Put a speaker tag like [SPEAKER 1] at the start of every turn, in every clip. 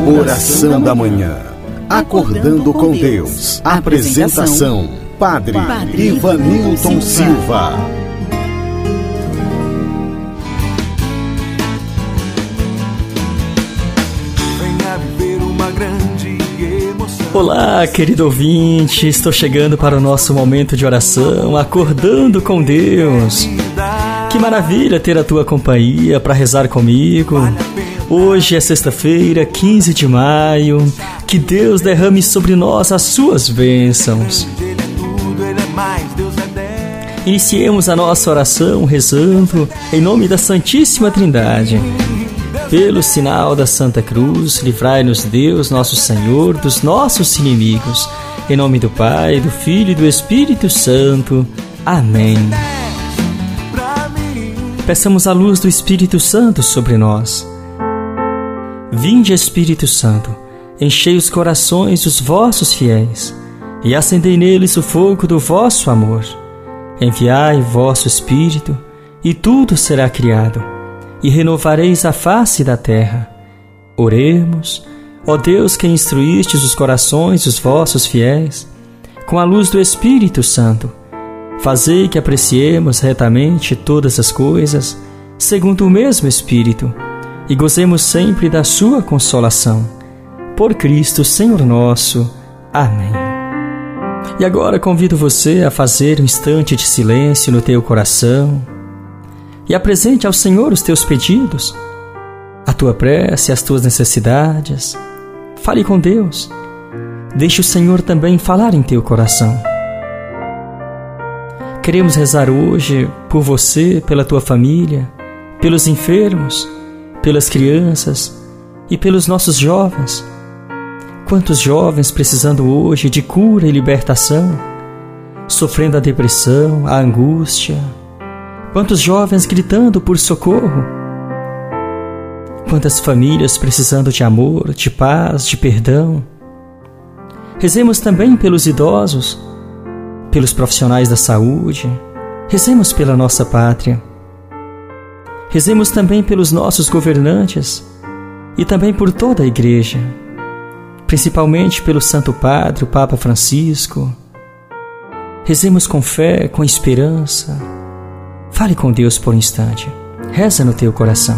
[SPEAKER 1] Oração da Manhã. Acordando com Deus. Apresentação: Padre Ivanilton Silva.
[SPEAKER 2] Olá, querido ouvinte, estou chegando para o nosso momento de oração, acordando com Deus. Que maravilha ter a tua companhia para rezar comigo. Hoje é sexta-feira, 15 de maio. Que Deus derrame sobre nós as suas bênçãos. Iniciemos a nossa oração rezando em nome da Santíssima Trindade. Pelo sinal da Santa Cruz, livrai-nos Deus, nosso Senhor, dos nossos inimigos. Em nome do Pai, do Filho e do Espírito Santo. Amém. Peçamos a luz do Espírito Santo sobre nós. Vinde, Espírito Santo, enchei os corações dos vossos fiéis e acendei neles o fogo do vosso amor. Enviai o vosso Espírito e tudo será criado, e renovareis a face da terra. Oremos, ó Deus, que instruístes os corações dos vossos fiéis, com a luz do Espírito Santo, fazei que apreciemos retamente todas as coisas, segundo o mesmo Espírito, e gozemos sempre da sua consolação. Por Cristo, Senhor nosso. Amém. E agora convido você a fazer um instante de silêncio no teu coração, e apresente ao Senhor os teus pedidos, a tua prece, as tuas necessidades. Fale com Deus. Deixe o Senhor também falar em teu coração. Queremos rezar hoje por você, pela tua família, pelos enfermos, pelas crianças e pelos nossos jovens. Quantos jovens precisando hoje de cura e libertação, sofrendo a depressão, a angústia. Quantos jovens gritando por socorro. Quantas famílias precisando de amor, de paz, de perdão. Rezemos também pelos idosos, pelos profissionais da saúde. Rezemos pela nossa pátria. Rezemos também pelos nossos governantes e também por toda a Igreja, principalmente pelo Santo Padre, o Papa Francisco. Rezemos com fé, com esperança. Fale com Deus por um instante. Reza no teu coração.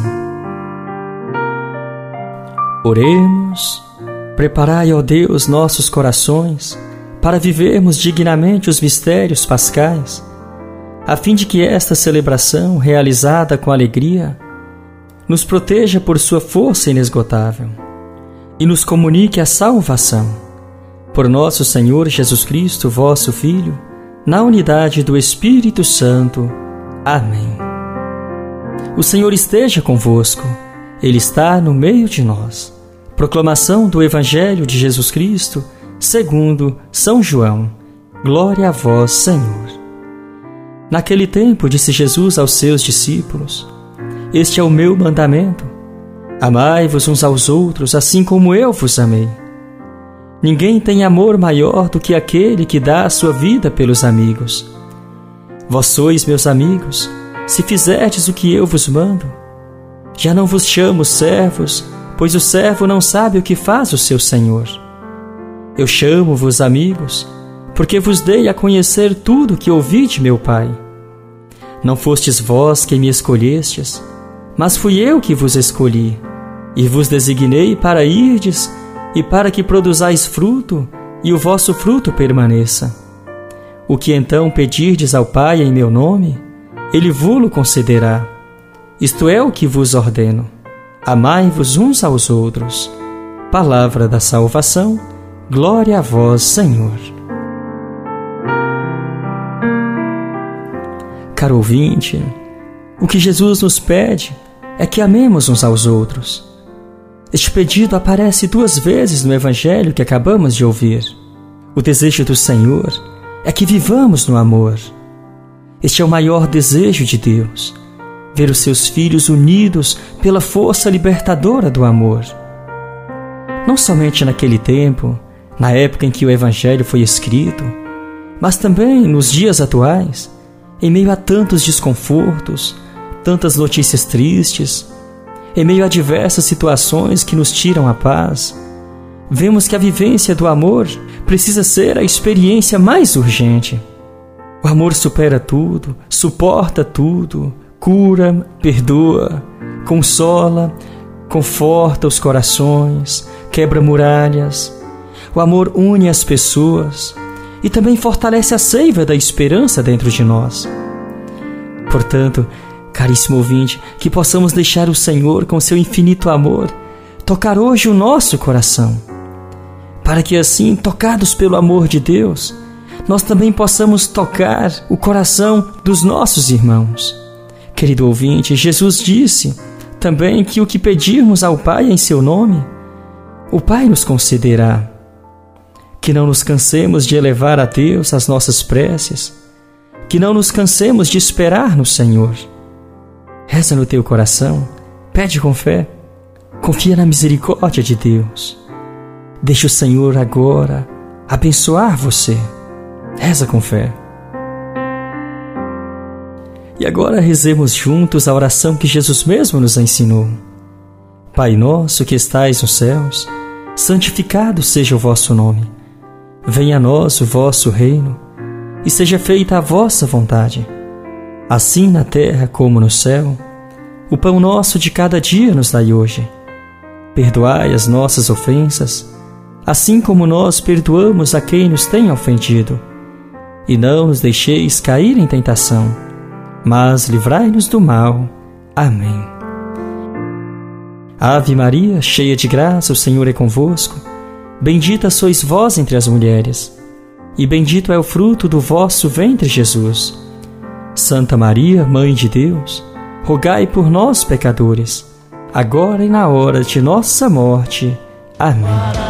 [SPEAKER 2] Oremos. Preparai, ó Deus, nossos corações para vivermos dignamente os mistérios pascais, a fim de que esta celebração, realizada com alegria, nos proteja por sua força inesgotável e nos comunique a salvação. Por nosso Senhor Jesus Cristo, vosso Filho, na unidade do Espírito Santo. Amém. O Senhor esteja convosco. Ele está no meio de nós. Proclamação do Evangelho de Jesus Cristo, segundo São João. Glória a vós, Senhor. Naquele tempo disse Jesus aos seus discípulos: Este é o meu mandamento. Amai-vos uns aos outros, assim como eu vos amei. Ninguém tem amor maior do que aquele que dá a sua vida pelos amigos. Vós sois meus amigos, se fizerdes o que eu vos mando. Já não vos chamo servos, pois o servo não sabe o que faz o seu senhor. Eu chamo-vos amigos, porque vos dei a conhecer tudo que ouvi de meu Pai. Não fostes vós quem me escolhestes, mas fui eu que vos escolhi, e vos designei para irdes e para que produzais fruto, e o vosso fruto permaneça. O que então pedirdes ao Pai em meu nome, Ele vo-lo concederá. Isto é o que vos ordeno: amai-vos uns aos outros. Palavra da salvação. Glória a vós, Senhor. Caro ouvinte, o que Jesus nos pede é que amemos uns aos outros. Este pedido aparece 2 vezes no Evangelho que acabamos de ouvir. O desejo do Senhor é que vivamos no amor. Este é o maior desejo de Deus, ver os seus filhos unidos pela força libertadora do amor. Não somente naquele tempo, na época em que o Evangelho foi escrito, mas também nos dias atuais, em meio a tantos desconfortos, tantas notícias tristes, em meio a diversas situações que nos tiram a paz, vemos que a vivência do amor precisa ser a experiência mais urgente. O amor supera tudo, suporta tudo, cura, perdoa, consola, conforta os corações, quebra muralhas. O amor une as pessoas e também fortalece a seiva da esperança dentro de nós. Portanto, caríssimo ouvinte, que possamos deixar o Senhor, com seu infinito amor, tocar hoje o nosso coração, para que assim, tocados pelo amor de Deus, nós também possamos tocar o coração dos nossos irmãos. Querido ouvinte, Jesus disse também que o que pedirmos ao Pai em seu nome, o Pai nos concederá. Que não nos cansemos de elevar a Deus as nossas preces, que não nos cansemos de esperar no Senhor. Reza no teu coração, pede com fé, confia na misericórdia de Deus. Deixa o Senhor agora abençoar você. Reza com fé. E agora rezemos juntos a oração que Jesus mesmo nos ensinou. Pai nosso que estais nos céus, santificado seja o vosso nome. Venha a nós o vosso reino, e seja feita a vossa vontade, assim na terra como no céu. O pão nosso de cada dia nos dai hoje. Perdoai as nossas ofensas, assim como nós perdoamos a quem nos tem ofendido. E não nos deixeis cair em tentação, mas livrai-nos do mal. Amém. Ave Maria, cheia de graça, o Senhor é convosco. Bendita sois vós entre as mulheres, e bendito é o fruto do vosso ventre, Jesus. Santa Maria, Mãe de Deus, rogai por nós, pecadores, agora e na hora de nossa morte. Amém.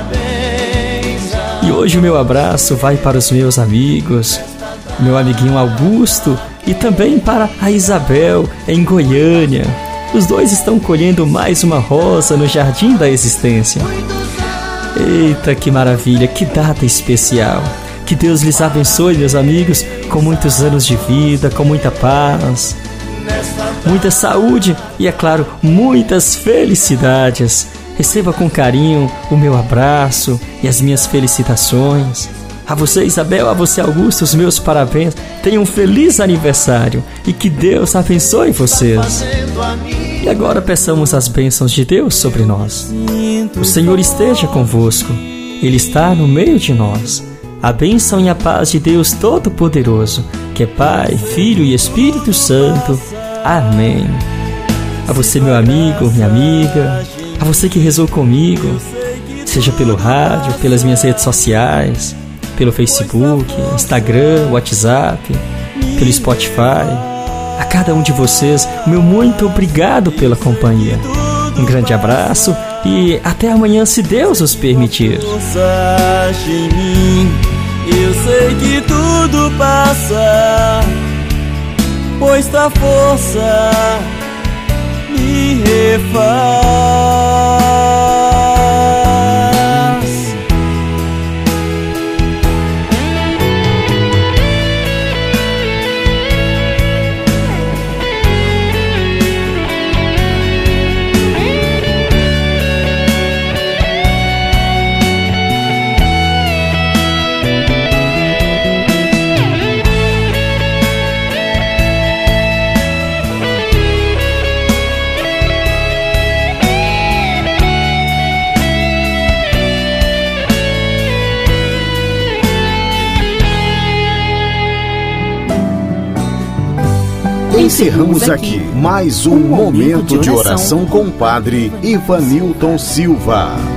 [SPEAKER 2] E hoje o meu abraço vai para os meus amigos, meu amiguinho Augusto, e também para a Isabel, em Goiânia. Os dois estão colhendo mais uma rosa no Jardim da Existência. Eita, que maravilha, que data especial. Que Deus lhes abençoe, meus amigos, com muitos anos de vida, com muita paz, muita saúde e, é claro, muitas felicidades. Receba com carinho o meu abraço e as minhas felicitações. A você, Isabel, a você, Augusto, os meus parabéns. Tenham um feliz aniversário e que Deus abençoe vocês. E agora peçamos as bênçãos de Deus sobre nós. O Senhor esteja convosco, Ele está no meio de nós. A bênção e a paz de Deus Todo-Poderoso, que é Pai, Filho e Espírito Santo. Amém. A você, meu amigo, minha amiga, a você que rezou comigo, seja pelo rádio, pelas minhas redes sociais, pelo Facebook, Instagram, WhatsApp, pelo Spotify. A cada um de vocês, meu muito obrigado pela companhia. Um grande abraço e até amanhã, se Deus os permitir.
[SPEAKER 3] Eu sei que tudo passa, pois tua força me refaz.
[SPEAKER 1] Encerramos aqui mais um momento de oração com o Padre Ivanilton Silva.